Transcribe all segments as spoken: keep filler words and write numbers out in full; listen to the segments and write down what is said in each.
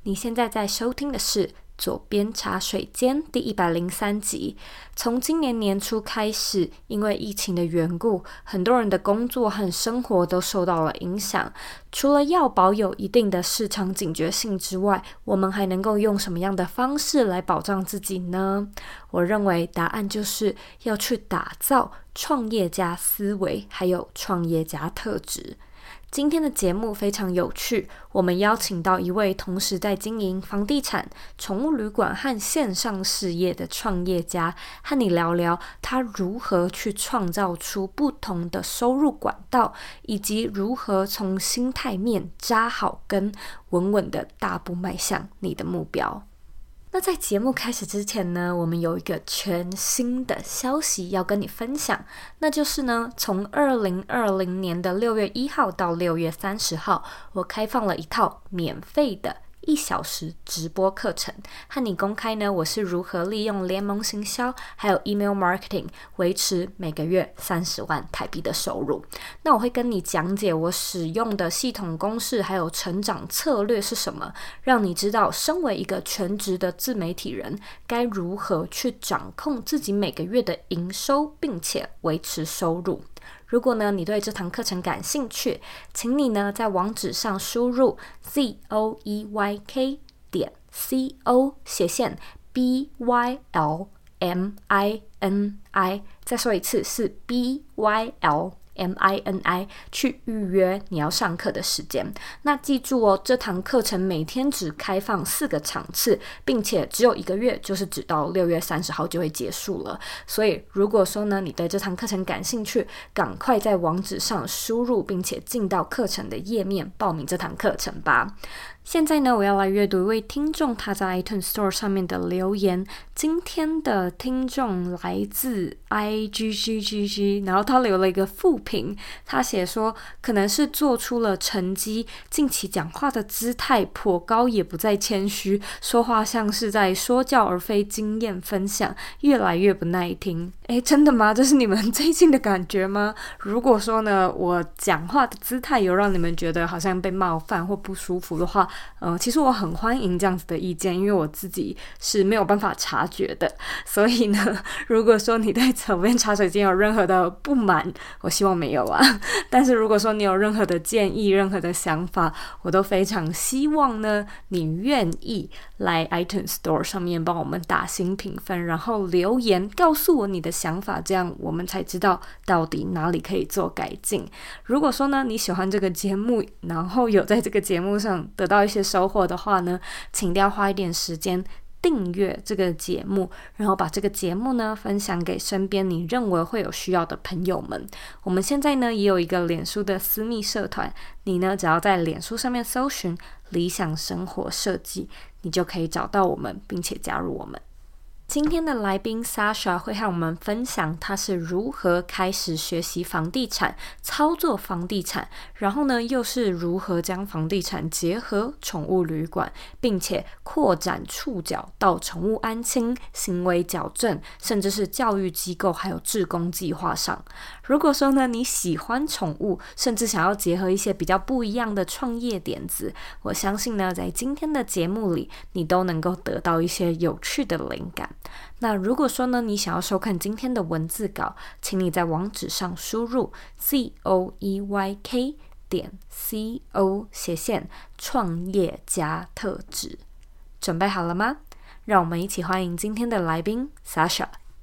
你现在在收听的是左边茶水间第一百零三集。从今年年初开始，因为疫情的缘故，很多人的工作和生活都受到了影响。除了要保有一定的市场警觉性之外，我们还能够用什么样的方式来保障自己呢？我认为答案就是要去打造创业家思维，还有创业家特质。今天的节目非常有趣，我们邀请到一位同时在经营房地产、宠物旅馆和线上事业的创业家，和你聊聊他如何去创造出不同的收入管道，以及如何从心态面扎好根，稳稳的大步迈向你的目标。那在节目开始之前呢，我们有一个全新的消息要跟你分享，那就是呢，从二零二零年的六月一号到六月三十号，我开放了一套免费的一小时直播课程，和你公开呢，我是如何利用联盟行销还有 email marketing 维持每个月三十万台币的收入。那我会跟你讲解我使用的系统公式还有成长策略是什么，让你知道身为一个全职的自媒体人该如何去掌控自己每个月的营收，并且维持收入。如果呢你对这堂课程感兴趣，请你呢在网址上输入 z o e y k 点 c o 斜线 b y l m i n i， 再说一次是 b y l M I N I 去预约你要上课的时间。那记住哦，这堂课程每天只开放四个场次，并且只有一个月，就是只到六月三十号就会结束了。所以如果说呢你对这堂课程感兴趣，赶快在网址上输入，并且进到课程的页面报名这堂课程吧。现在呢，我要来阅读一位听众他在 iTunes Store 上面的留言。今天的听众来自 I G G G G， 然后他留了一个负评，他写说可能是做出了成绩，近期讲话的姿态颇高，也不再谦虚，说话像是在说教而非经验分享，越来越不耐听。诶，真的吗？这是你们最近的感觉吗？如果说呢，我讲话的姿态有让你们觉得好像被冒犯或不舒服的话，呃，其实我很欢迎这样子的意见，因为我自己是没有办法察觉的。所以呢，如果说你对左边茶水间有任何的不满，我希望没有啊。但是如果说你有任何的建议、任何的想法，我都非常希望呢，你愿意来 iTunes Store 上面帮我们打新评分，然后留言告诉我你的想法，这样我们才知道到底哪里可以做改进。如果说呢，你喜欢这个节目，然后有在这个节目上得到一些收获的话呢，请一定要花一点时间订阅这个节目，然后把这个节目呢分享给身边你认为会有需要的朋友们。我们现在呢也有一个脸书的私密社团，你呢只要在脸书上面搜寻理想生活设计，你就可以找到我们，并且加入我们。今天的来宾 Sasha 会和我们分享他是如何开始学习房地产、操作房地产，然后呢又是如何将房地产结合宠物旅馆，并且扩展触角到宠物安亲、行为矫正，甚至是教育机构还有志工计划上。如果说呢你喜欢宠物，甚至想要结合一些比较不一样的创业点子，我相信呢在今天的节目里你都能够得到一些有趣的灵感。那如果说呢你想要收看今天的文字稿，请你在网址上输入 z o e y k 点 c o 斜线创业家特质。准备好了吗？让我们一起欢迎今天的来宾 Sasha。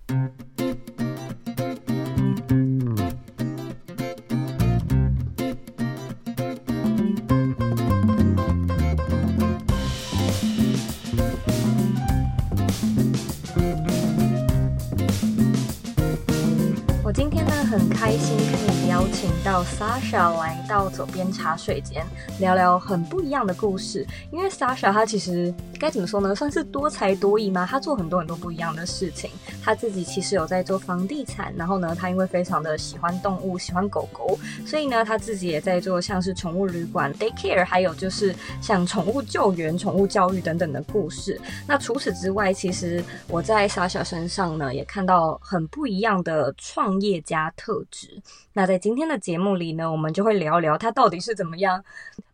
我今天呢很开心可以邀请到 Sasha 来到左边茶水间聊聊很不一样的故事。因为 Sasha 她其实该怎么说呢，算是多才多艺吗？她做很多很多不一样的事情。她自己其实有在做房地产，然后呢她因为非常的喜欢动物，喜欢狗狗，所以呢她自己也在做像是宠物旅馆 daycare， 还有就是像宠物救援、宠物教育等等的故事。那除此之外，其实我在 Sasha 身上呢也看到很不一样的创业家特质。那在今天的节目里呢，我们就会聊聊他到底是怎么样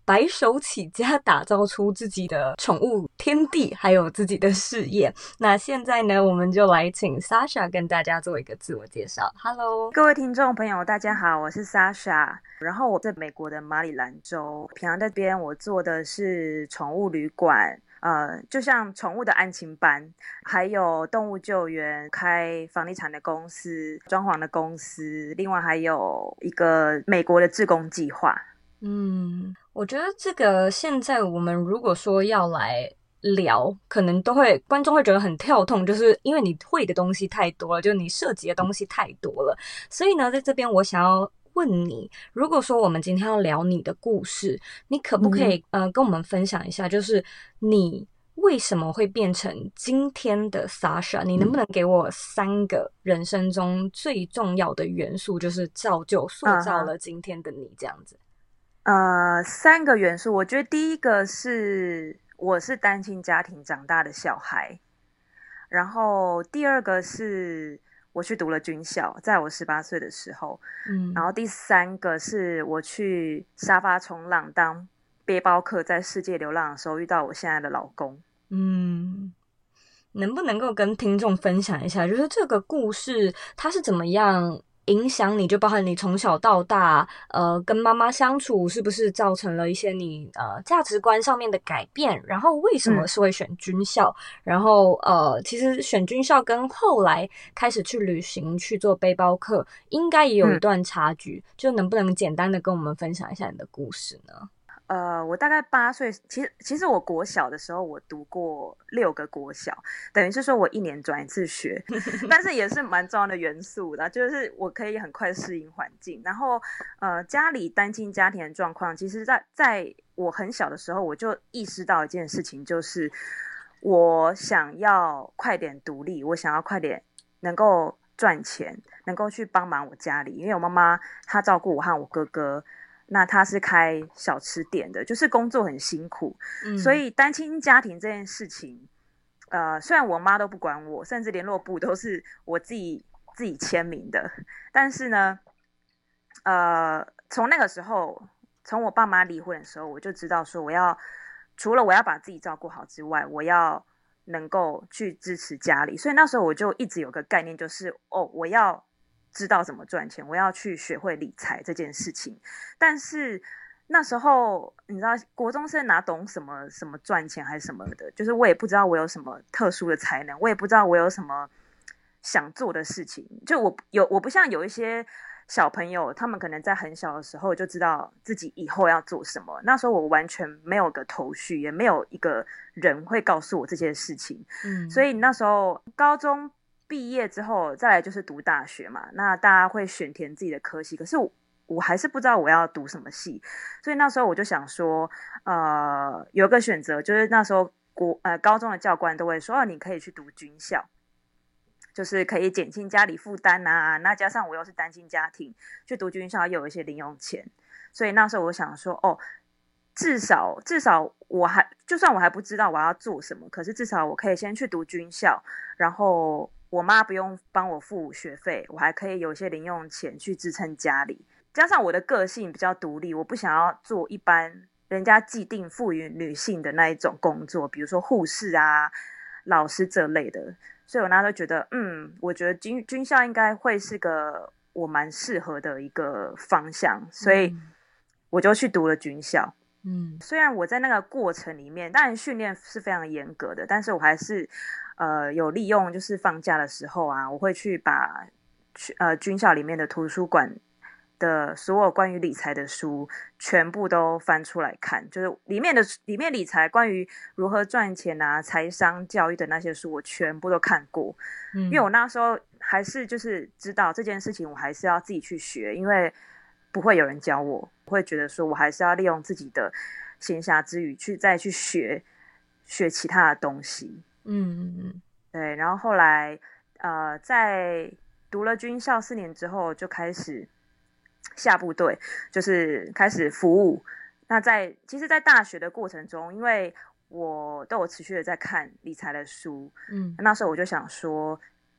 白手起家打造出自己的宠物天地，还有自己的事业。那现在呢，我们就来请 Sasha 跟大家做一个自我介绍。Hello， 各位听众朋友，大家好，我是 Sasha。然后我在美国的马里兰州，平常在这边我做的是宠物旅馆，呃，就像宠物的安亲班，还有动物救援，开房地产的公司、装潢的公司，另外还有一个美国的志工计划。 嗯，我觉得这个现在我们如果说要来聊，可能都会观众会觉得很跳痛，就是因为你会的东西太多了，就你涉及的东西太多了。所以呢，在这边我想要问你，如果说我们今天要聊你的故事，你可不可以、嗯、呃跟我们分享一下，就是你为什么会变成今天的 Sasha？ 你能不能给我三个人生中最重要的元素，就是造就塑造了今天的你这样子？ 呃，三个元素，我觉得第一个是我是单亲家庭长大的小孩，然后第二个是我去读了军校，在我十八岁的时候，嗯，然后第三个是我去沙发冲浪当背包客，在世界流浪的时候遇到我现在的老公。 嗯，能不能够跟听众分享一下，就是这个故事它是怎么样影响你，就包含你从小到大呃跟妈妈相处，是不是造成了一些你呃价值观上面的改变，然后为什么是会选军校、嗯、然后呃其实选军校跟后来开始去旅行去做背包客应该也有一段差距、嗯、就能不能简单的跟我们分享一下你的故事呢？ 呃，我大概八岁，其实其实我国小的时候，我读过六个国小，等于是说我一年转一次学，但是也是蛮重要的元素的，就是我可以很快适应环境。然后，呃，家里单亲家庭的状况，其实在在我很小的时候，我就意识到一件事情，就是我想要快点独立，我想要快点能够赚钱，能够去帮忙我家里，因为我妈妈她照顾我和我哥哥。那他是开小吃店的，就是工作很辛苦、嗯、所以单亲家庭这件事情呃，虽然我妈都不管我，甚至联络簿都是我自己自己签名的，但是呢呃，从那个时候从我爸妈离婚的时候，我就知道说我要除了我要把自己照顾好之外，我要能够去支持家里，所以那时候我就一直有个概念，就是哦，我要知道怎么赚钱，我要去学会理财这件事情。但是那时候你知道国中生哪懂什么什么赚钱还是什么的，就是我也不知道我有什么特殊的才能，我也不知道我有什么想做的事情，就我有我不像有一些小朋友，他们可能在很小的时候就知道自己以后要做什么，那时候我完全没有个头绪，也没有一个人会告诉我这些事情、嗯、所以那时候高中毕业之后再来就是读大学嘛，那大家会选填自己的科系，可是 我, 我还是不知道我要读什么系，所以那时候我就想说呃，有一个选择，就是那时候国呃高中的教官都会说、哦、你可以去读军校，就是可以减轻家里负担啊，那加上我又是单亲家庭，去读军校又有一些零用钱，所以那时候我想说哦，至少至少我还就算我还不知道我要做什么，可是至少我可以先去读军校，然后我妈不用帮我付学费，我还可以有些零用钱去支撑家里，加上我的个性比较独立，我不想要做一般人家既定赋予女性的那一种工作，比如说护士啊老师这类的，所以我那时候觉得嗯，我觉得军军校应该会是个我蛮适合的一个方向，所以我就去读了军校。嗯，虽然我在那个过程里面当然训练是非常严格的，但是我还是呃有利用就是放假的时候啊，我会去把呃军校里面的图书馆的所有关于理财的书全部都翻出来看，就是里面的里面理财关于如何赚钱啊财商教育的那些书我全部都看过、嗯、因为我那时候还是就是知道这件事情我还是要自己去学，因为不会有人教我，我会觉得说我还是要利用自己的闲暇之余去再去学学其他的东西。嗯嗯，对，然后后来呃在读了军校四年之后就开始下部队，就是开始服务。那在其实在大学的过程中，因为我都有持续的在看理财的书，嗯，那时候我就想说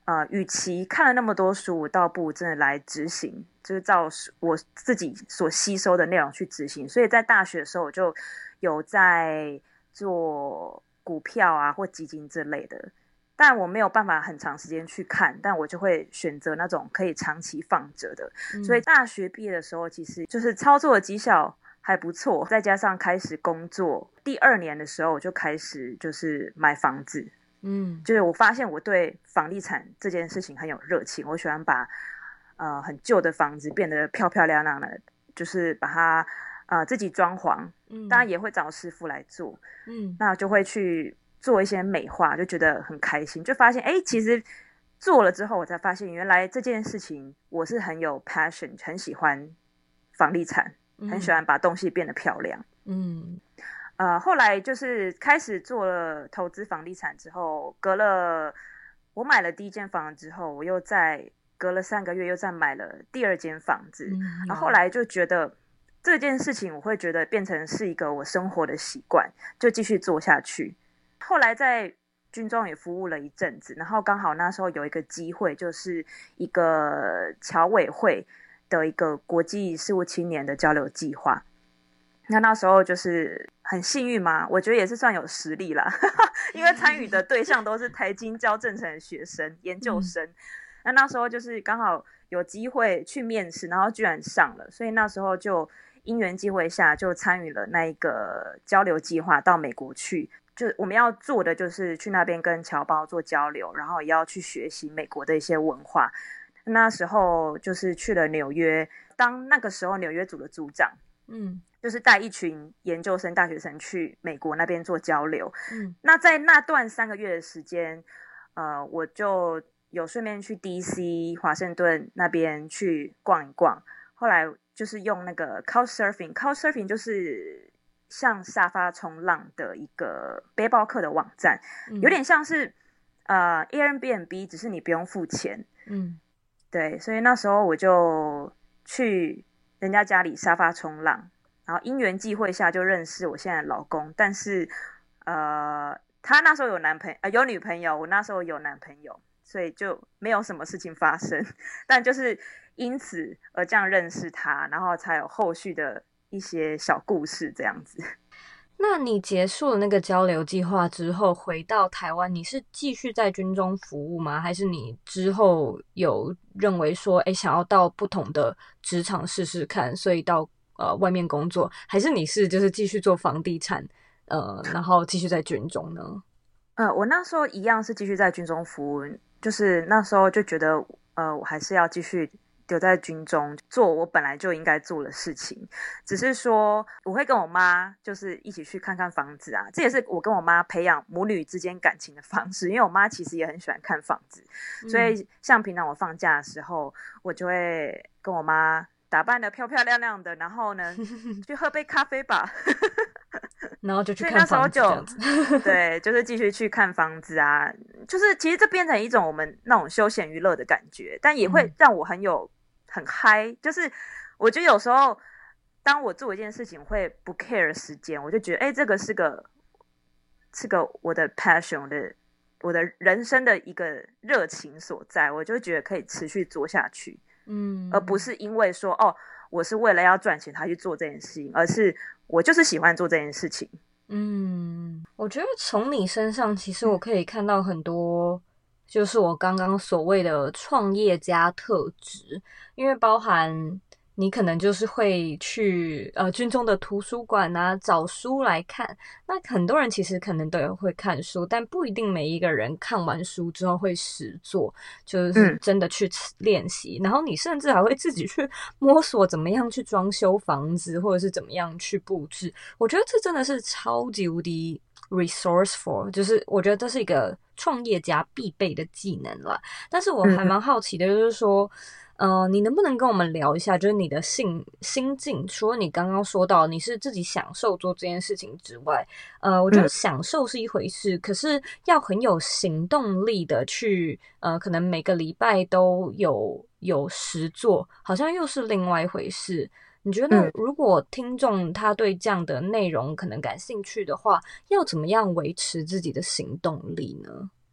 呃，与其看了那么多书，我倒不如真的来执行，就是照我自己所吸收的内容去执行。所以在大学的时候，我就有在做股票啊或基金之类的，但我没有办法很长时间去看，但我就会选择那种可以长期放着的。嗯、所以大学毕业的时候，其实就是操作的绩效还不错，再加上开始工作，第二年的时候我就开始就是买房子。嗯，就是我发现我对房地产这件事情很有热情，我喜欢把呃很旧的房子变得漂漂亮亮的，就是把它呃自己装潢，嗯，当然也会找师傅来做，嗯，那就会去做一些美化，就觉得很开心，就发现哎，其实做了之后，我才发现原来这件事情我是很有 passion， 很喜欢房地产，很喜欢把东西变得漂亮，嗯。呃，后来就是开始做了投资房地产之后，隔了我买了第一间房子之后，我又再隔了三个月又再买了第二间房子，嗯、然后后来就觉得这件事情我会觉得变成是一个我生活的习惯，就继续做下去。后来在军中也服务了一阵子，然后刚好那时候有一个机会，就是一个侨委会的一个国际事务青年的交流计划。那那时候就是很幸运嘛，我觉得也是算有实力啦因为参与的对象都是台清交正成的学生研究生、嗯、那那时候就是刚好有机会去面试，然后居然上了，所以那时候就因缘际会下就参与了那一个交流计划到美国去，就我们要做的就是去那边跟侨胞做交流，然后也要去学习美国的一些文化。那时候就是去了纽约，当那个时候纽约组的组长，嗯，就是带一群研究生大学生去美国那边做交流。嗯，那在那段三个月的时间，呃，我就有顺便去 D C 华盛顿那边去逛一逛。后来就是用那个 Couchsurfing，Couchsurfing 就是像沙发冲浪的一个背包客的网站，嗯、有点像是呃 Airbnb， 只是你不用付钱。嗯，对，所以那时候我就去人家家里沙发冲浪，然后因缘际会下就认识我现在的老公，但是呃，他那时候有男朋友、呃、有女朋友，我那时候有男朋友，所以就没有什么事情发生，但就是因此而这样认识他，然后才有后续的一些小故事这样子。 那你结束了那个交流计划之后回到台湾，你是继续在军中服务吗？还是你之后有认为说诶想要到不同的职场试试看，所以到呃外面工作？还是你是就是继续做房地产呃然后继续在军中呢？ 呃我那时候一样是继续在军中服务，就是那时候就觉得呃我还是要继续留在军中做我本来就应该做的事情，只是说我会跟我妈就是一起去看看房子啊，这也是我跟我妈培养母女之间感情的方式，因为我妈其实也很喜欢看房子、嗯、所以像平常我放假的时候，我就会跟我妈打扮得漂漂亮亮的，然后呢去喝杯咖啡吧然后就去看房子这样子所以那时候就对，就是继续去看房子啊，就是其实这变成一种我们那种休闲娱乐的感觉，但也会让我很有、嗯、很嗨，就是我觉得有时候当我做一件事情我会不 care 时间，我就觉得哎，这个是个是个我的 passion， 我的我的人生的一个热情所在，我就觉得可以持续做下去，嗯，而不是因为说哦我是为了要赚钱才去做这件事情，而是我就是喜欢做这件事情。 嗯，我觉得从你身上其实我可以看到很多就是我刚刚所谓的创业家特质，因为包含你可能就是会去呃军中的图书馆啊找书来看，那很多人其实可能都有会看书，但不一定每一个人看完书之后会实作，就是真的去练习、嗯、然后你甚至还会自己去摸索怎么样去装修房子，或者是怎么样去布置，我觉得这真的是超级无敌 resourceful， 就是我觉得这是一个创业家必备的技能啦。但是我还蛮好奇的就是说、嗯、呃，你能不能跟我们聊一下就是你的心心境，除了你刚刚说到你是自己享受做这件事情之外，呃，我觉得享受是一回事、嗯、可是要很有行动力的去呃，可能每个礼拜都有有实作，好像又是另外一回事。你觉得如果听众他对这样的内容可能感兴趣的话，要怎么样维持自己的行动力呢？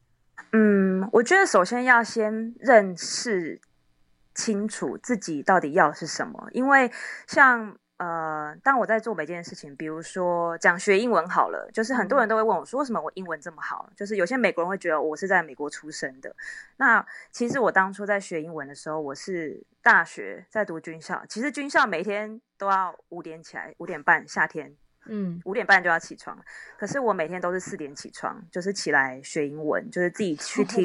嗯，我觉得首先要先认识清楚自己到底要的是什么，因为像呃，当我在做每件事情，比如说讲学英文好了，就是很多人都会问我说，为什么我英文这么好？就是有些美国人会觉得我是在美国出生的。那其实我当初在学英文的时候，我是大学在读军校，其实军校每天都要五点起来，五点半夏天。嗯，五点半就要起床，可是我每天都是四点起床，就是起来学英文，就是自己去听。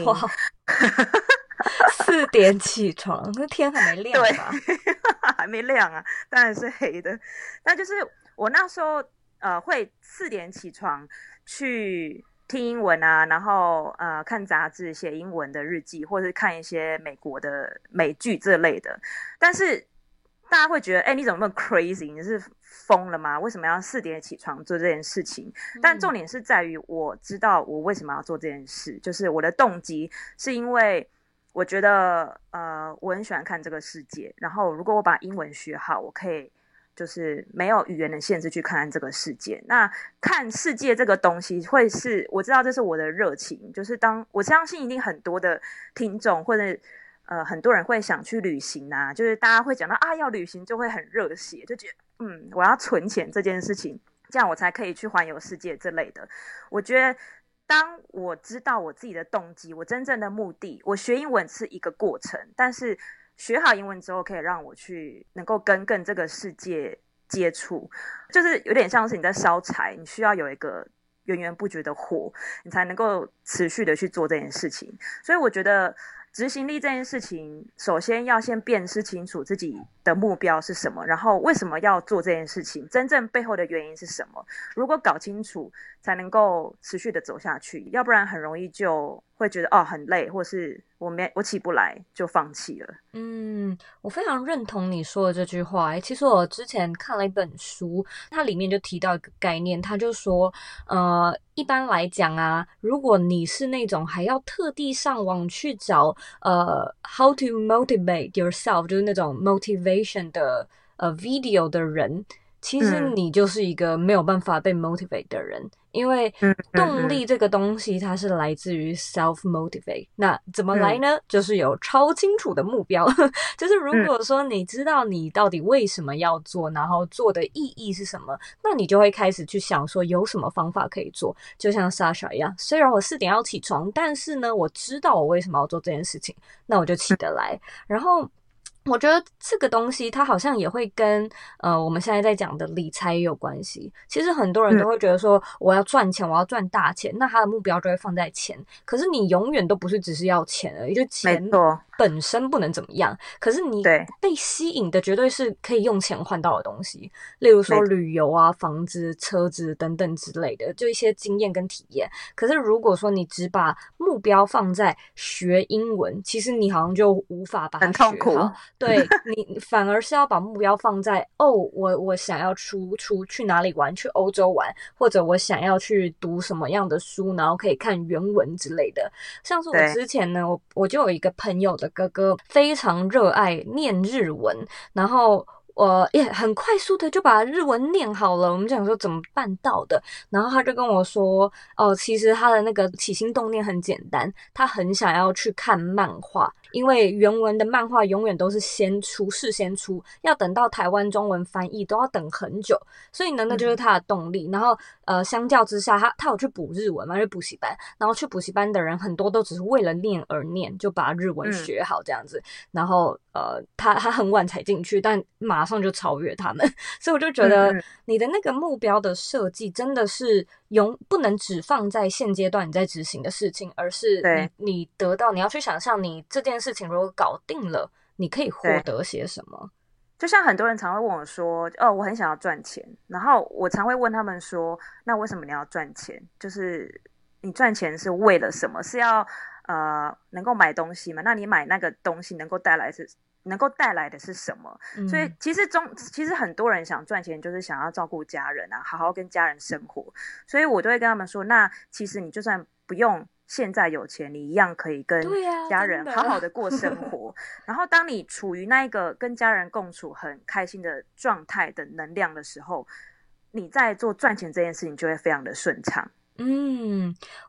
四点起床，那天还没亮吧？ 对，还没亮啊，当然是黑的。但就是我那时候呃会四点起床去听英文啊，然后呃看杂志、写英文的日记，或是看一些美国的美剧这类的。但是大家会觉得，哎、欸，你怎么那么 crazy？ 你是疯了吗？为什么要四点起床做这件事情？但重点是在于，我知道我为什么要做这件事，就是我的动机是因为我觉得，呃，我很喜欢看这个世界。然后，如果我把英文学好，我可以就是没有语言的限制去看这个世界。那看世界这个东西，会是我知道这是我的热情，就是当我相信一定很多的听众或者。呃，很多人会想去旅行啊，就是大家会讲到啊，要旅行就会很热血，就觉得嗯，我要存钱这件事情，这样我才可以去环游世界之类的。我觉得，当我知道我自己的动机，我真正的目的，我学英文是一个过程，但是学好英文之后，可以让我去能够跟跟这个世界接触，就是有点像是你在烧柴，你需要有一个源源不绝的火，你才能够持续的去做这件事情。所以我觉得。执行力这件事情，首先要先辨识清楚自己的目标是什么，然后为什么要做这件事情，真正背后的原因是什么。如果搞清楚，才能够持续的走下去，要不然很容易就会觉得哦很累，或是我没我起不来就放弃了。 嗯，我非常认同你说的这句话。欸，其实我之前看了一本书，它里面就提到一个概念，它就说，呃，一般来讲啊，如果你是那种还要特地上网去找呃 how to motivate yourself， 就是那种 motivation 的呃 video 的人，其实你就是一个没有办法被 motivate 的人。嗯，因为动力这个东西它是来自于 self motivate， 那怎么来呢？嗯，就是有超清楚的目标。就是如果说你知道你到底为什么要做，然后做的意义是什么，那你就会开始去想说有什么方法可以做。就像 Sasha 一样，虽然我四点要起床，但是呢我知道我为什么要做这件事情，那我就起得来。然后我觉得这个东西它好像也会跟呃我们现在在讲的理财也有关系。其实很多人都会觉得说我要赚钱，我要赚大钱，那他的目标就会放在钱。可是你永远都不是只是要钱而已，就钱本身不能怎么样，可是你被吸引的绝对是可以用钱换到的东西，例如说旅游啊、房子、车子等等之类的，就一些经验跟体验。可是如果说你只把目标放在学英文，其实你好像就无法把它学好，很痛苦。对，你反而是要把目标放在哦，我我想要出出去哪里玩，去欧洲玩，或者我想要去读什么样的书，然后可以看原文之类的。像是我之前呢，我我就有一个朋友的哥哥非常热爱念日文，然后我也很快速的就把日文念好了。我们讲说怎么办到的，然后他就跟我说哦，其实他的那个起心动念很简单，他很想要去看漫画，因为原文的漫画永远都是先出事先出，要等到台湾中文翻译都要等很久，所以呢那就是他的动力。然后呃，相较之下他他有去补日文嘛，去补习班，然后去补习班的人很多都只是为了念而念，就把日文学好这样子。嗯、然后呃，他他很晚才进去，但马上就超越他们。所以我就觉得你的那个目标的设计真的是永不能只放在现阶段你在执行的事情，而是你你得到你要去想象你这件事情如果搞定了，你可以获得些什么。 就像很多人常会问我说哦，我很想要赚钱，然后我常会问他们说那为什么你要赚钱，就是你赚钱是为了什么，是要呃能够买东西吗？那你买那个东西能够带来是能够带来的是什么？嗯、所以其实中其实很多人想赚钱就是想要照顾家人啊，好好跟家人生活，所以我都会跟他们说，那其实你就算不用现在有钱，你一样可以跟家人好好的过生活。啊、然后当你处于那一个跟家人共处很开心的状态的能量的时候，你在做赚钱这件事情就会非常的顺畅。 嗯，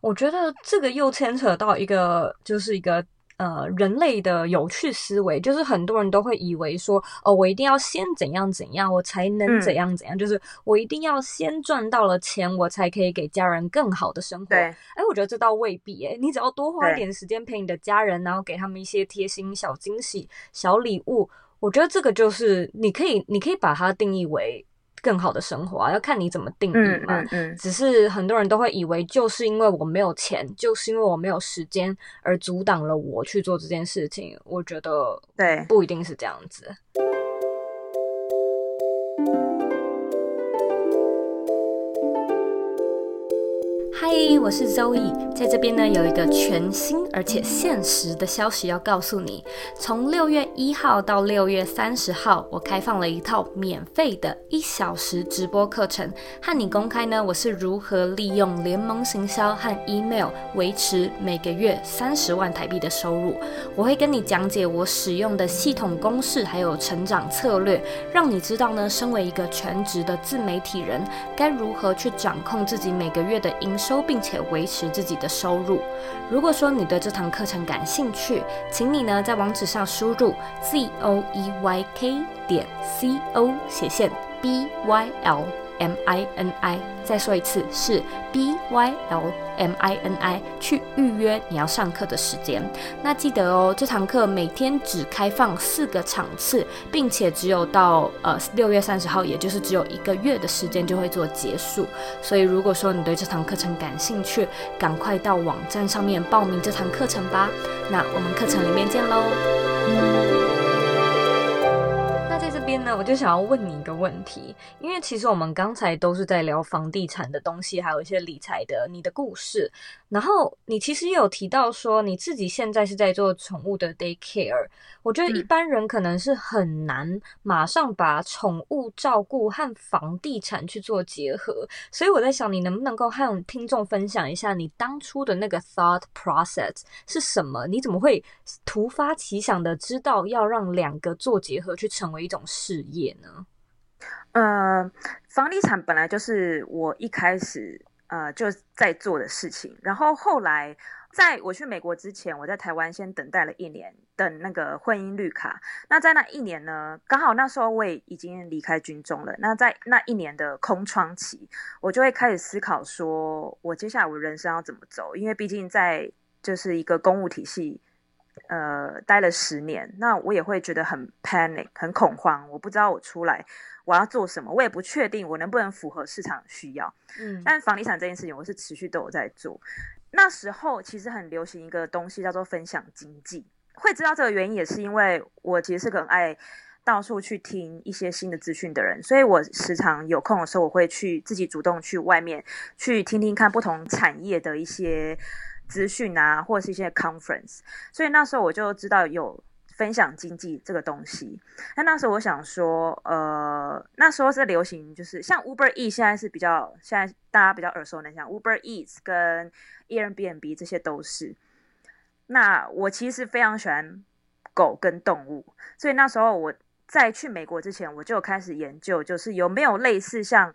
我觉得这个又牵扯到一个，就是一个呃人类的有趣思维，就是很多人都会以为说，哦，我一定要先怎样怎样，我才能怎样怎样，嗯、就是我一定要先赚到了钱，我才可以给家人更好的生活。 对， 哎，我觉得这倒未必，哎，你只要多花一点时间陪你的家人，然后给他们一些贴心小惊喜、小礼物，我觉得这个就是你可以，你可以把它定义为更好的生活啊，要看你怎么定义嘛。嗯嗯嗯，只是很多人都会以为，就是因为我没有钱，就是因为我没有时间，而阻挡了我去做这件事情。我觉得对，不一定是这样子。嗨，我是 Zoe， 在这边呢有一个全新而且限时的消息要告诉你。从六月一号到六月三十号，我开放了一套免费的一小时直播课程，和你公开呢我是如何利用联盟行销和 email 维持每个月三十万台币的收入。我会跟你讲解我使用的系统公式还有成长策略，让你知道呢身为一个全职的自媒体人，该如何去掌控自己每个月的营收，并且维持自己的收入。如果说你对这堂课程感兴趣，请你呢在网址上输入 z o e y k 点 c o 斜线 b y l m i n i， 再说一次是 b y l m i n i 去预约你要上课的时间。那记得哦，这堂课每天只开放四个场次，并且只有到呃六月三十号，也就是只有一个月的时间就会做结束。所以如果说你对这堂课程感兴趣，赶快到网站上面报名这堂课程吧。那我们课程里面见喽。这边呢，我就想要问你一个问题，因为其实我们刚才都是在聊房地产的东西，还有一些理财的你的故事，然后你其实也有提到说你自己现在是在做宠物的 daycare， 我觉得一般人可能是很难马上把宠物照顾和房地产去做结合，所以我在想你能不能够和听众分享一下你当初的那个 thought process 是什么？你怎么会突发奇想的知道要让两个做结合去成为一种事业呢？ 呃，房地产本来就是我一开始呃就在做的事情，然后后来在我去美国之前，我在台湾先等待了一年，等那个婚姻绿卡。那在那一年呢，刚好那时候我也已经离开军中了。那在那一年的空窗期，我就会开始思考说，我接下来我人生要怎么走？因为毕竟在就是一个公务体系。呃，待了十年，那我也会觉得很 panic， 很恐慌。我不知道我出来我要做什么，我也不确定我能不能符合市场需要。嗯，但房地产这件事情，我是持续都有在做。那时候其实很流行一个东西叫做分享经济，会知道这个原因也是因为我其实是个很爱到处去听一些新的资讯的人，所以我时常有空的时候，我会去自己主动去外面去听听看不同产业的一些资讯啊，或者是一些 conference， 所以那时候我就知道有分享经济这个东西。那那时候我想说，呃，那时候是流行，就是像 Uber Eats 现在是比较，现在大家比较耳熟能详 ，Uber Eats 跟 Airbnb 这些都是。那我其实非常喜欢狗跟动物，所以那时候我在去美国之前，我就开始研究，就是有没有类似像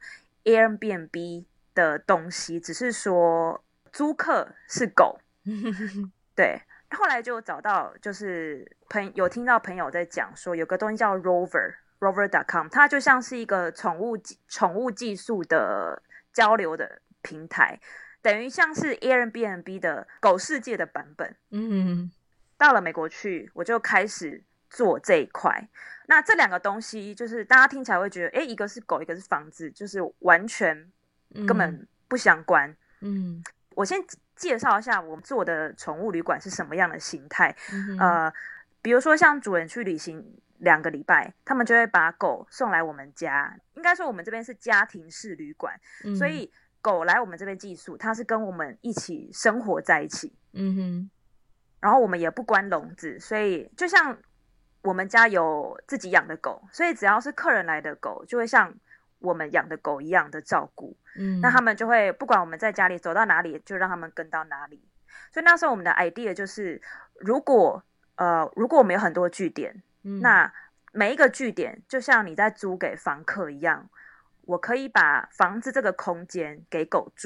Airbnb 的东西，只是说租客是狗。对，后来就找到，就是朋有听到朋友在讲说，有个东西叫 Rover Rover dot com， 它就像是一个宠物宠物技术的交流的平台，等于像是 Airbnb 的狗世界的版本。嗯，到了美国去，我就开始做这一块。那这两个东西，就是大家听起来会觉得，哎，一个是狗，一个是房子，就是完全根本不相关。嗯。嗯，我先介绍一下我们做的宠物旅馆是什么样的形态。嗯、呃，比如说像主人去旅行两个礼拜，他们就会把狗送来我们家。应该说我们这边是家庭式旅馆，嗯、所以狗来我们这边寄宿，它是跟我们一起生活在一起。嗯哼，然后我们也不关笼子，所以就像我们家有自己养的狗，所以只要是客人来的狗，就会像我们养的狗一样的照顾。嗯，那他们就会不管我们在家里走到哪里，就让他们跟到哪里。所以那时候我们的 idea 就是，如果呃如果我们有很多据点，嗯、那每一个据点就像你在租给房客一样，我可以把房子这个空间给狗住，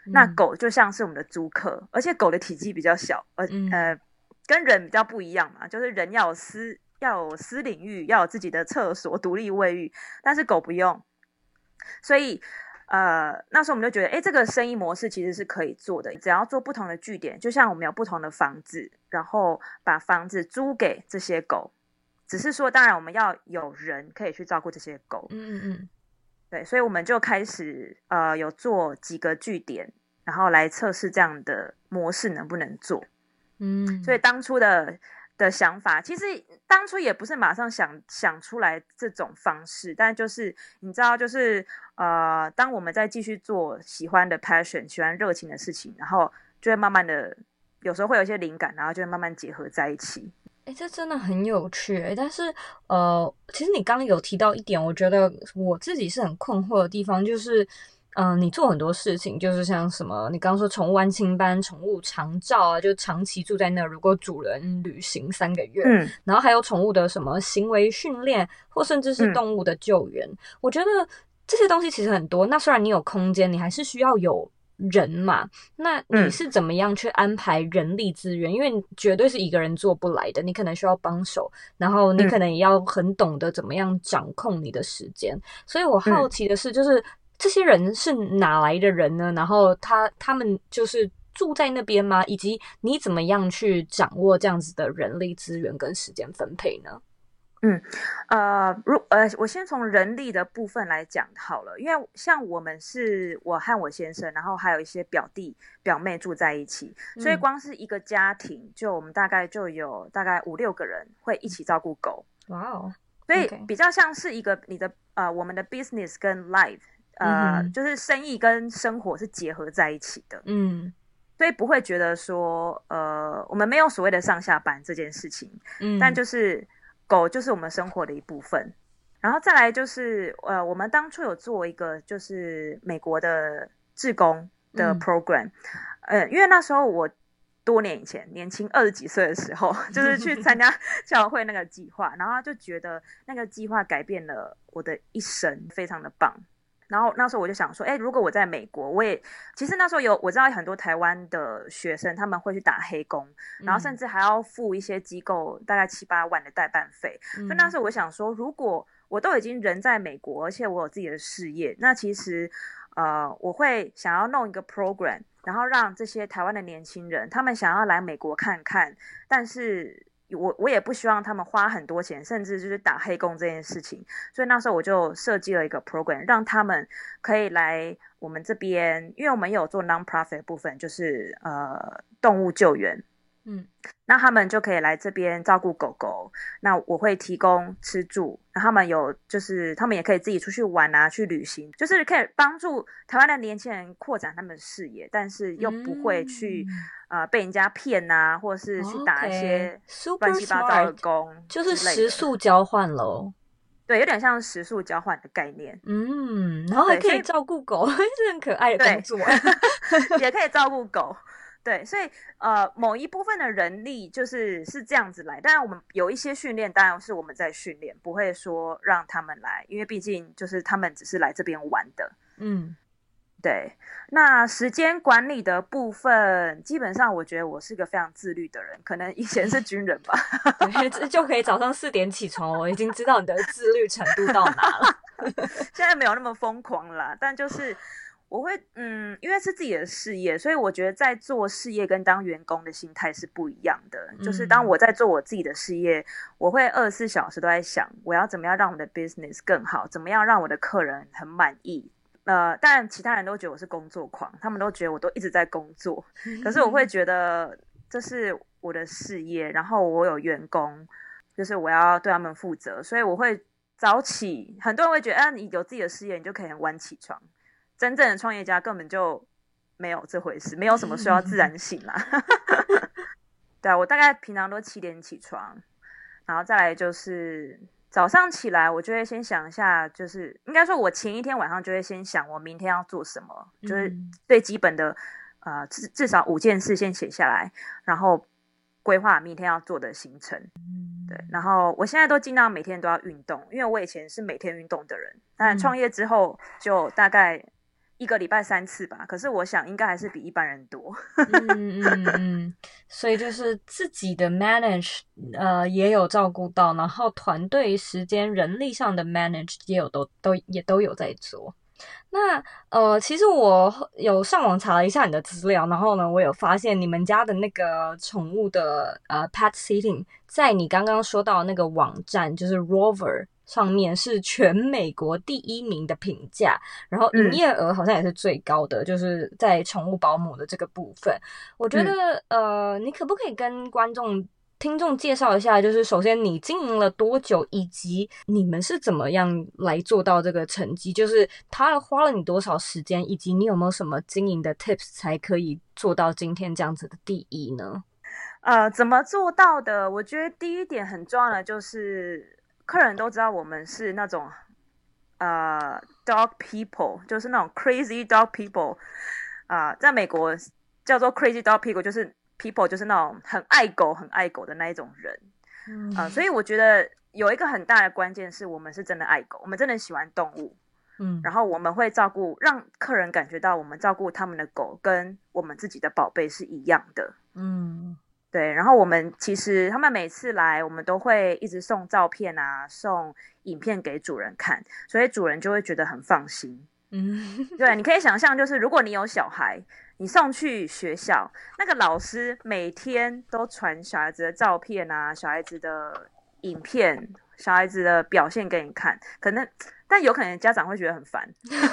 那狗就像是我们的租客，而且狗的体积比较小，呃、嗯、呃，跟人比较不一样嘛，就是人要有私要有私领域，要有自己的厕所、独立卫浴，但是狗不用，所以呃，那时候我们就觉得，哎，这个生意模式其实是可以做的，只要做不同的据点，就像我们有不同的房子，然后把房子租给这些狗，只是说，当然我们要有人可以去照顾这些狗。 嗯嗯， 对，所以我们就开始呃有做几个据点，然后来测试这样的模式能不能做。嗯，所以当初的的想法，其实当初也不是马上想想出来这种方式，但就是你知道，就是呃，当我们在继续做喜欢的 passion、喜欢热情的事情，然后就会慢慢的，有时候会有一些灵感，然后就会慢慢结合在一起。 哎，这真的很有趣哎！但是呃，其实你刚刚有提到一点，我觉得我自己是很困惑的地方，就是嗯、呃，你做很多事情，就是像什么，你刚刚说宠物安亲班、宠物长照啊，就长期住在那，如果主人旅行三个月，嗯，然后还有宠物的什么行为训练，或甚至是动物的救援，嗯、我觉得这些东西其实很多。那虽然你有空间，你还是需要有人嘛，那你是怎么样去安排人力资源？嗯、因为绝对是一个人做不来的，你可能需要帮手，然后你可能也要很懂得怎么样掌控你的时间。嗯、所以我好奇的是，就是这些人是哪来的人呢？然后他他们就是住在那边吗？以及你怎么样去掌握这样子的人力资源跟时间分配呢？ 嗯，呃，如呃，我先从人力的部分来讲好了，因为像我们是我和我先生，然后还有一些表弟表妹住在一起，所以光是一个家庭，就我们大概就有大概五六个人会一起照顾狗。哇哦，所以比较像是一个你的呃，我们的 business 跟 life， 呃，嗯、就是生意跟生活是结合在一起的。嗯。所以不会觉得说，呃，我们没有所谓的上下班这件事情，嗯，但就是狗就是我们生活的一部分。然后再来就是，呃，我们当初有做一个就是美国的志工的 program，嗯、呃，因为那时候我多年以前年轻二十几岁的时候，就是去参加教会那个计划，然后就觉得那个计划改变了我的一生，非常的棒。然后那时候我就想说，哎，如果我在美国，我也其实那时候有我知道很多台湾的学生他们会去打黑工，然后甚至还要付一些机构大概七八万的代办费。嗯、所以那时候我想说，如果我都已经人在美国，而且我有自己的事业，那其实呃我会想要弄一个 program， 然后让这些台湾的年轻人他们想要来美国看看，但是。我我也不希望他们花很多钱，甚至就是打黑工这件事情，所以那时候我就设计了一个 program， 让他们可以来我们这边，因为我们有做 non-profit 的部分，就是呃动物救援，嗯，那他们就可以来这边照顾狗狗，那我会提供吃住，那他们有就是他们也可以自己出去玩啊，去旅行，就是可以帮助台湾的年轻人扩展他们的视野，但是又不会去。嗯呃，被人家骗啊，或者是去打一些乱七八糟的工， okay, 就是时速交换咯。 对，有点像时速交换的概念。 嗯，然后还可以照顾狗，是很可爱的工作。 也可以照顾狗。对，所以呃，某一部分的人力就是是这样子来，当然我们有一些训练，当然是我们在训练，不会说让他们来，因为毕竟就是他们只是来这边玩的。嗯。对，那时间管理的部分，基本上我觉得我是个非常自律的人，可能以前是军人吧。 对，就可以早上四点起床，我已经知道你的自律程度到哪了。 现在没有那么疯狂啦，但就是我会，嗯，因为是自己的事业，所以我觉得在做事业跟当员工的心态是不一样的。嗯、就是当我在做我自己的事业，我会二十四小时都在想，我要怎么样让我的 business 更好，怎么样让我的客人很满意。呃，当然其他人都觉得我是工作狂，他们都觉得我都一直在工作，可是我会觉得这是我的事业，然后我有员工，就是我要对他们负责，所以我会早起。很多人会觉得，啊，你有自己的事业，你就可以很晚起床。真正的创业家根本就没有这回事，没有什么需要自然醒啦。对啊，我大概平常都七点起床，然后再来就是。早上起来，我就会先想一下，就是应该说，我前一天晚上就会先想我明天要做什么，嗯、就是最基本的，呃，至至少五件事先写下来，然后规划明天要做的行程。嗯、对，然后我现在都尽量每天都要运动，因为我以前是每天运动的人，但创业之后就大概一个礼拜三次吧，可是我想应该还是比一般人多。 嗯嗯嗯，所以就是自己的 manage 呃也有照顾到，然后团队时间人力上的 manage 也有都都也都有在做。那呃，其实我有上网查了一下你的资料，然后呢，我有发现你们家的那个宠物的呃 pet sitting，在你刚刚说到的那个网站，就是 Rover 上面是全美国第一名的评价，然后营业额好像也是最高的，嗯、就是在宠物保姆的这个部分。我觉得、嗯、呃，你可不可以跟观众？听众介绍一下，就是首先你经营了多久，以及你们是怎么样来做到这个成绩，就是他花了你多少时间，以及你有没有什么经营的 tips 才可以做到今天这样子的第一呢？ 呃，怎么做到的？我觉得第一点很重要的就是客人都知道我们是那种呃 dog people， 就是那种 crazy dog people 啊、呃，在美国叫做 crazy dog people， 就是people 就是那种很爱狗很爱狗的那一种人，嗯、呃，所以我觉得有一个很大的关键是我们是真的爱狗，我们真的喜欢动物，嗯，然后我们会照顾，让客人感觉到我们照顾他们的狗跟我们自己的宝贝是一样的，嗯，对，然后我们其实他们每次来，我们都会一直送照片啊，送影片给主人看，所以主人就会觉得很放心。嗯，对，你可以想象，就是如果你有小孩，你送去学校，那个老师每天都传小孩子的照片啊，小孩子的影片，小孩子的表现给你看，可能，但有可能家长会觉得很烦，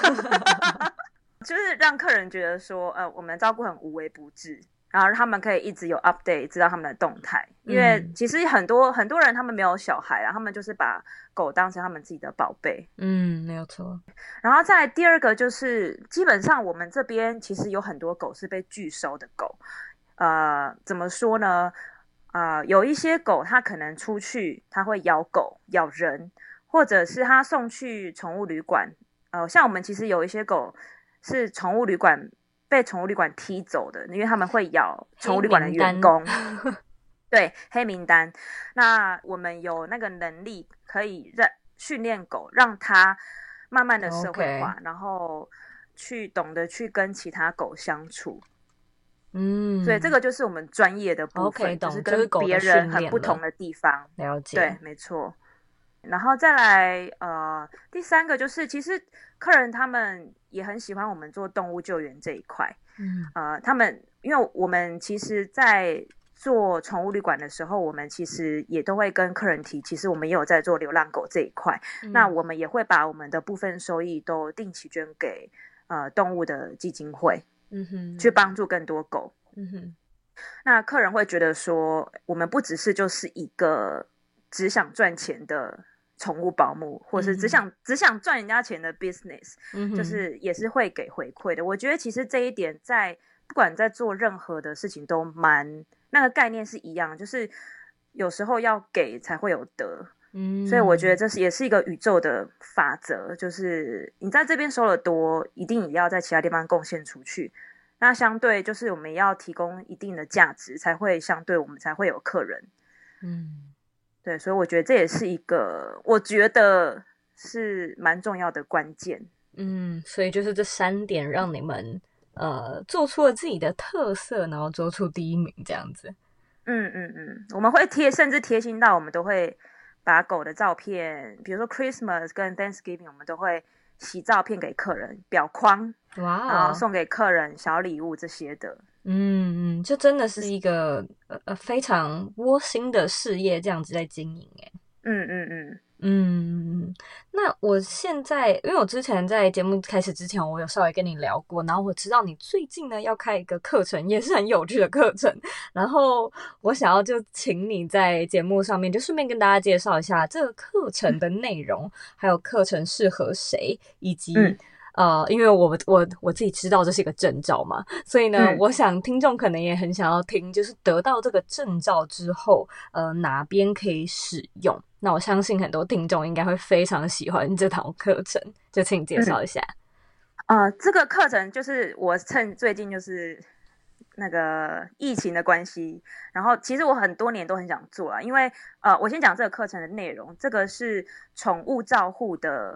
就是让客人觉得说，呃，我们照顾很无微不至。然后他们可以一直有 update， 知道他们的动态，因为其实很多、嗯、很多人他们没有小孩啊，他们就是把狗当成他们自己的宝贝。 嗯，没有错。 然后再来第二个就是，基本上我们这边其实有很多狗是被拒收的狗，呃，怎么说呢？呃，有一些狗它可能出去它会咬狗、咬人，或者是它送去宠物旅馆。呃，像我们其实有一些狗是宠物旅馆。被宠物旅馆踢走的，因为他们会咬宠物旅馆的员工，对，黑名单。那我们有那个能力可以让训练狗，让它慢慢的社会化， okay. 然后去懂得去跟其他狗相处。嗯，所以这个就是我们专业的部分， okay, 就是跟别人很不同的地方。 了解， 对，没错。然后再来，呃，第三个就是，其实客人他们也很喜欢我们做动物救援这一块。嗯，呃，他们因为我们其实，在做宠物旅馆的时候，我们其实也都会跟客人提，其实我们也有在做流浪狗这一块。嗯、那我们也会把我们的部分收益都定期捐给呃动物的基金会，嗯哼，去帮助更多狗。嗯哼，那客人会觉得说，我们不只是就是一个只想赚钱的宠物保姆，或是只想、嗯、只想赚人家钱的 business，嗯、就是也是会给回馈的。我觉得其实这一点在不管在做任何的事情都蛮那个概念是一样，就是有时候要给才会有得。嗯，所以我觉得这是也是一个宇宙的法则，就是你在这边收了多，一定也要在其他地方贡献出去。那相对就是我们也要提供一定的价值，才会相对我们才会有客人。嗯。对，所以我觉得这也是一个，我觉得是蛮重要的关键。 嗯，所以就是这三点让你们呃做出了自己的特色，然后做出第一名这样子。 嗯嗯嗯，我们会贴，甚至贴心到我们都会把狗的照片，比如说 Christmas 跟 Thanksgiving， 我们都会洗照片给客人，裱框，哇，然后送给客人小礼物这些的。 嗯嗯，就真的是一个呃非常窝心的事业，这样子在经营诶。 嗯嗯嗯嗯，那我现在因为我之前在节目开始之前，我有稍微跟你聊过，然后我知道你最近呢要开一个课程，也是很有趣的课程，然后我想要就请你在节目上面就顺便跟大家介绍一下这个课程的内容，还有课程适合谁，以及、嗯呃，因为我我我自己知道这是一个证照嘛，所以呢、嗯，我想听众可能也很想要听，就是得到这个证照之后，呃，哪边可以使用？那我相信很多听众应该会非常喜欢这堂课程，就请你介绍一下。 嗯、呃，这个课程就是我趁最近就是那个疫情的关系，然后其实我很多年都很想做啊，因为呃，我先讲这个课程的内容，这个是宠物照护的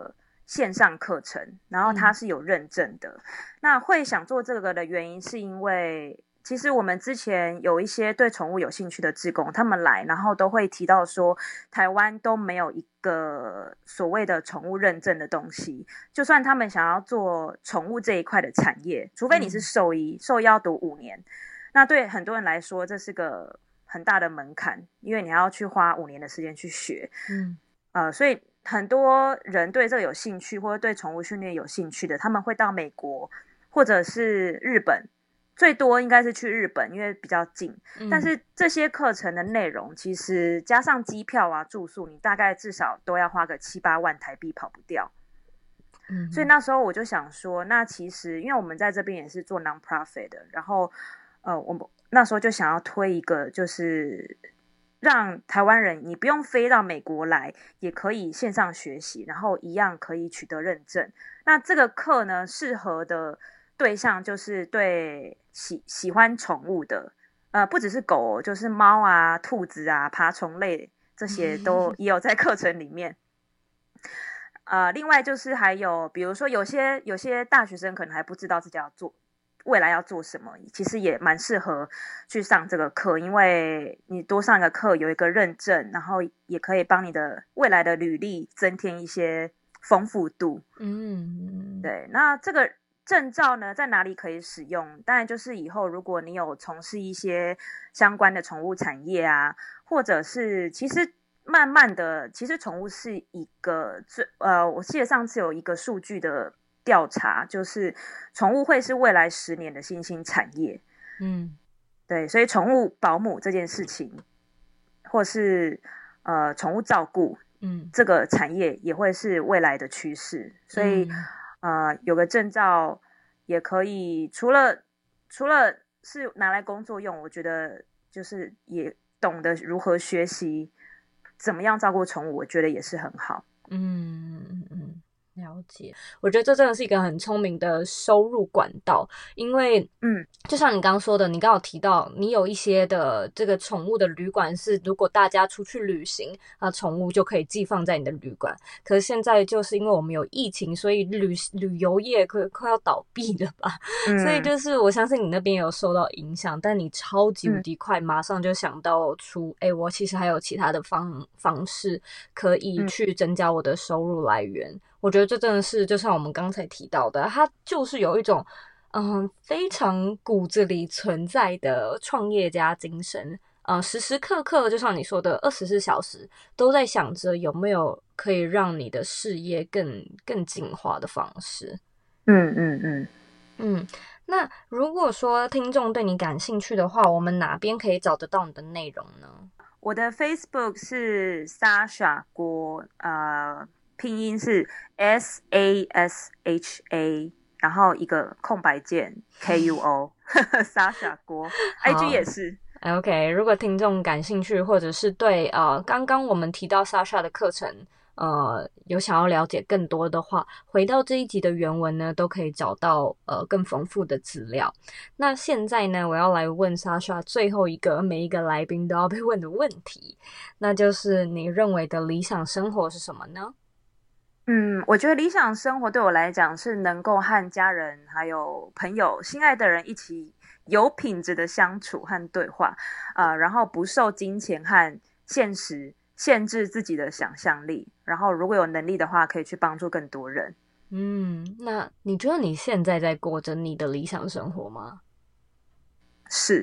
线上课程，然后它是有认证的。嗯、那会想做这个的原因是因为其实我们之前有一些对宠物有兴趣的志工，他们来然后都会提到说台湾都没有一个所谓的宠物认证的东西，就算他们想要做宠物这一块的产业，除非你是兽医，嗯、兽医要读五年，那对很多人来说这是个很大的门槛，因为你要去花五年的时间去学。嗯，呃，所以很多人对这个有兴趣或者对宠物训练有兴趣的，他们会到美国或者是日本，最多应该是去日本，因为比较近。嗯、但是这些课程的内容其实加上机票啊住宿，你大概至少都要花个七八万台币跑不掉。嗯，所以那时候我就想说，那其实因为我们在这边也是做 non-profit 的，然后呃，我们那时候就想要推一个，就是让台湾人你不用飞到美国来，也可以线上学习，然后一样可以取得认证。那这个课呢，适合的对象就是对喜喜欢宠物的，呃，不只是狗，就是猫啊、兔子啊、爬虫类这些都也有在课程里面。呃，另外就是还有，比如说有些有些大学生可能还不知道自己要做未来要做什么，其实也蛮适合去上这个课，因为你多上一个课有一个认证，然后也可以帮你的未来的履历增添一些丰富度。嗯，对，那这个证照呢，在哪里可以使用？当然就是以后如果你有从事一些相关的宠物产业啊，或者是其实慢慢的，其实宠物是一个最呃，我记得上次有一个数据的调查，就是宠物会是未来十年的新兴产业。嗯，对，所以宠物保姆这件事情，或是呃宠物照顾，嗯，这个产业也会是未来的趋势，所以。嗯呃，有个证照也可以，除了除了是拿来工作用，我觉得就是也懂得如何学习怎么样照顾宠物，我觉得也是很好。 嗯嗯嗯。了解，我觉得这真的是一个很聪明的收入管道，因为嗯，就像你刚刚说的，你刚好提到你有一些的这个宠物的旅馆是，如果大家出去旅行啊，宠物就可以寄放在你的旅馆。可是现在就是因为我们有疫情，所以旅旅游业快快要倒闭了吧？嗯、所以就是我相信你那边有受到影响，但你超级无敌快，嗯、马上就想到出，哎，我其实还有其他的方方式可以去增加我的收入来源。嗯我觉得这真的是就像我们刚才提到的，它就是有一种嗯非常骨子里存在的创业家精神，呃时时刻刻就像你说的二十四小时都在想着有没有可以让你的事业更更进化的方式。 嗯嗯嗯嗯，那如果说听众对你感兴趣的话，我们哪边可以找得到你的内容呢？ 我的 Facebook 是 Sasha 郭，呃拼音是 S A S H A， 然后一个空白键 K U O Sasha 郭 I G 也是。 OK， 如果听众感兴趣，或者是对呃刚刚我们提到 Sasha 的课程呃有想要了解更多的话，回到这一集的原文呢，都可以找到呃更丰富的资料。那现在呢，我要来问 Sasha 最后一个每一个来宾都要被问的问题，那就是你认为的理想生活是什么呢？ 嗯，我觉得理想生活对我来讲是能够和家人还有朋友心爱的人一起有品质的相处和对话，呃，然后不受金钱和现实限制自己的想象力，然后如果有能力的话可以去帮助更多人。 嗯，那你觉得你现在在过着你的理想生活吗？ 是。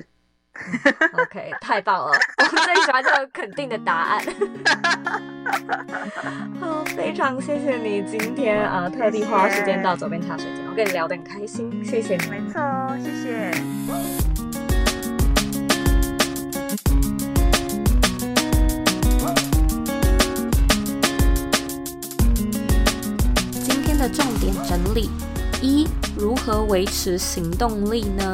OK， 太棒了，我最喜欢这个肯定的答案。好，非常谢谢你今天呃特地花时间到左边茶水间，我跟你聊得很开心，谢谢你。 没错，谢谢。 今天的重点整理：一、如何维持行动力呢？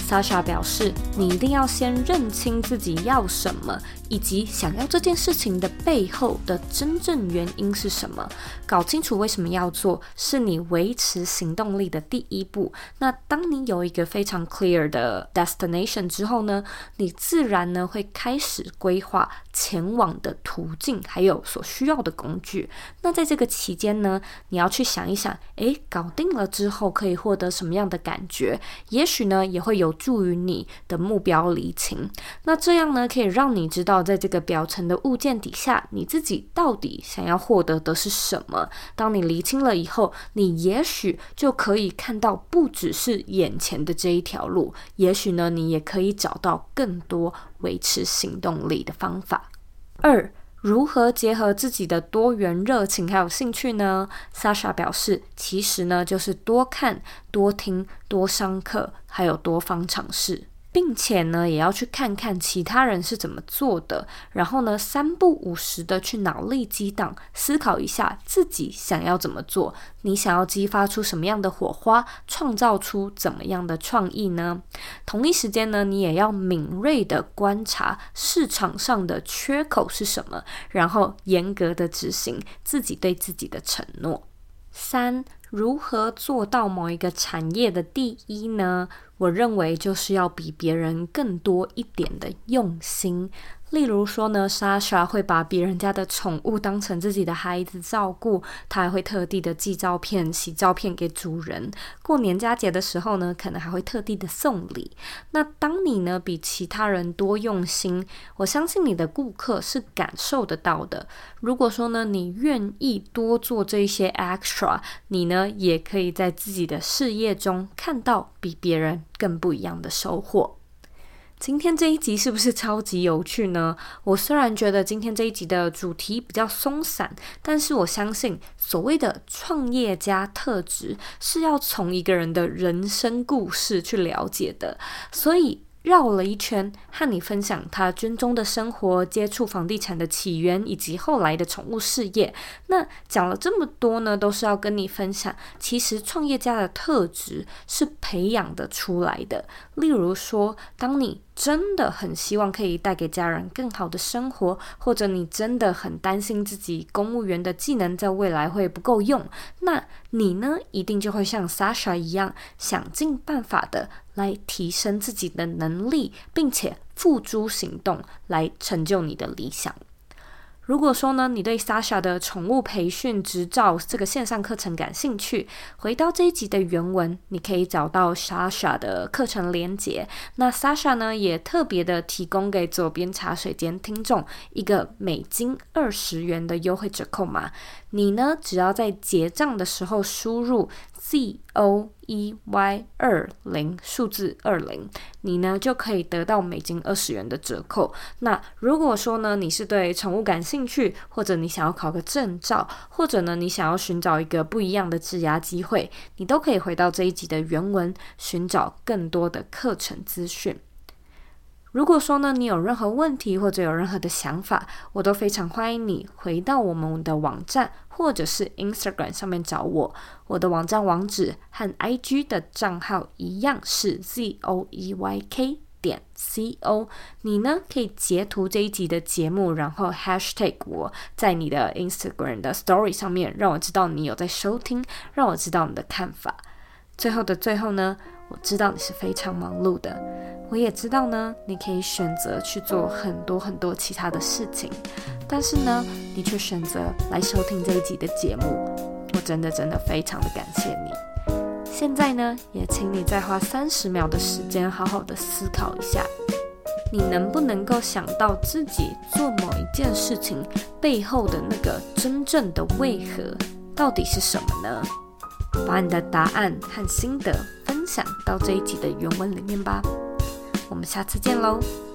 Sasha 表示，你一定要先认清自己要什么，以及想要这件事情的背后的真正原因是什么。搞清楚为什么要做，是你维持行动力的第一步。那当你有一个非常 clear 的 destination 之后呢，你自然呢会开始规划前往的途径，还有所需要的工具。那在这个期间呢，你要去想一想，诶，搞定了之后可以获得什么样的感觉？也许呢，也会有助于你的目标厘清。那这样呢，可以让你知道，在这个表层的物件底下，你自己到底想要获得的是什么。当你厘清了以后，你也许就可以看到不只是眼前的这一条路，也许呢，你也可以找到更多维持行动力的方法。二，如何结合自己的多元热情还有兴趣呢？ Sasha 表示，其实呢，就是多看、多听、多上课，还有多方尝试。并且呢，也要去看看其他人是怎么做的，然后呢，三不五时的去脑力激荡，思考一下自己想要怎么做，你想要激发出什么样的火花，创造出怎么样的创意呢？同一时间呢，你也要敏锐的观察市场上的缺口是什么，然后严格的执行自己对自己的承诺。三，如何做到某一个产业的第一呢？我认为就是要比别人更多一点的用心。例如说呢 Sasha 会把别人家的宠物当成自己的孩子照顾，他还会特地的寄照片、洗照片给主人。过年佳节的时候呢，可能还会特地的送礼。那当你呢比其他人多用心，我相信你的顾客是感受得到的。如果说呢你愿意多做这些 extra， 你呢也可以在自己的事业中看到比别人更不一样的收获。今天这一集是不是超级有趣呢？我虽然觉得今天这一集的主题比较松散，但是我相信所谓的创业家特质是要从一个人的人生故事去了解的，所以绕了一圈，和你分享他军中的生活、接触房地产的起源，以及后来的宠物事业。那讲了这么多呢，都是要跟你分享，其实创业家的特质是培养的出来的。例如说，当你真的很希望可以带给家人更好的生活，或者你真的很担心自己公务员的技能在未来会不够用，那你呢，一定就会像 Sasha 一样，想尽办法的来提升自己的能力，并且付诸行动来成就你的理想。如果说呢，你对 Sasha 的宠物培训执照这个线上课程感兴趣，回到这一集的原文，你可以找到 Sasha 的课程连结。那 Sasha 呢，也特别的提供给左边茶水间听众一个美金二十元的优惠折扣码。你呢，只要在结账的时候输入 Z O E Y 二零 数字二零，你呢就可以得到美金二十元的折扣。那如果说呢你是对宠物感兴趣，或者你想要考个证照，或者呢你想要寻找一个不一样的职涯机会，你都可以回到这一集的原文，寻找更多的课程资讯。如果说呢你有任何问题或者有任何的想法，我都非常欢迎你回到我们的网站或者是 Instagram 上面找我。我的网站网址和 I G 的账号一样是 Z O E Y K 点 C O。 你呢可以截图这一集的节目，然后 hashtag 我在你的 Instagram 的 story 上面，让我知道你有在收听，让我知道你的看法。最后的最后呢，我知道你是非常忙碌的，我也知道呢你可以选择去做很多很多其他的事情，但是呢你却选择来收听这一集的节目，我真的真的非常的感谢你。现在呢也请你再花三十秒的时间好好的思考一下，你能不能够想到自己做某一件事情背后的那个真正的为何到底是什么呢？把你的答案和心得分享到这一集的原文里面吧。我们下次见喽。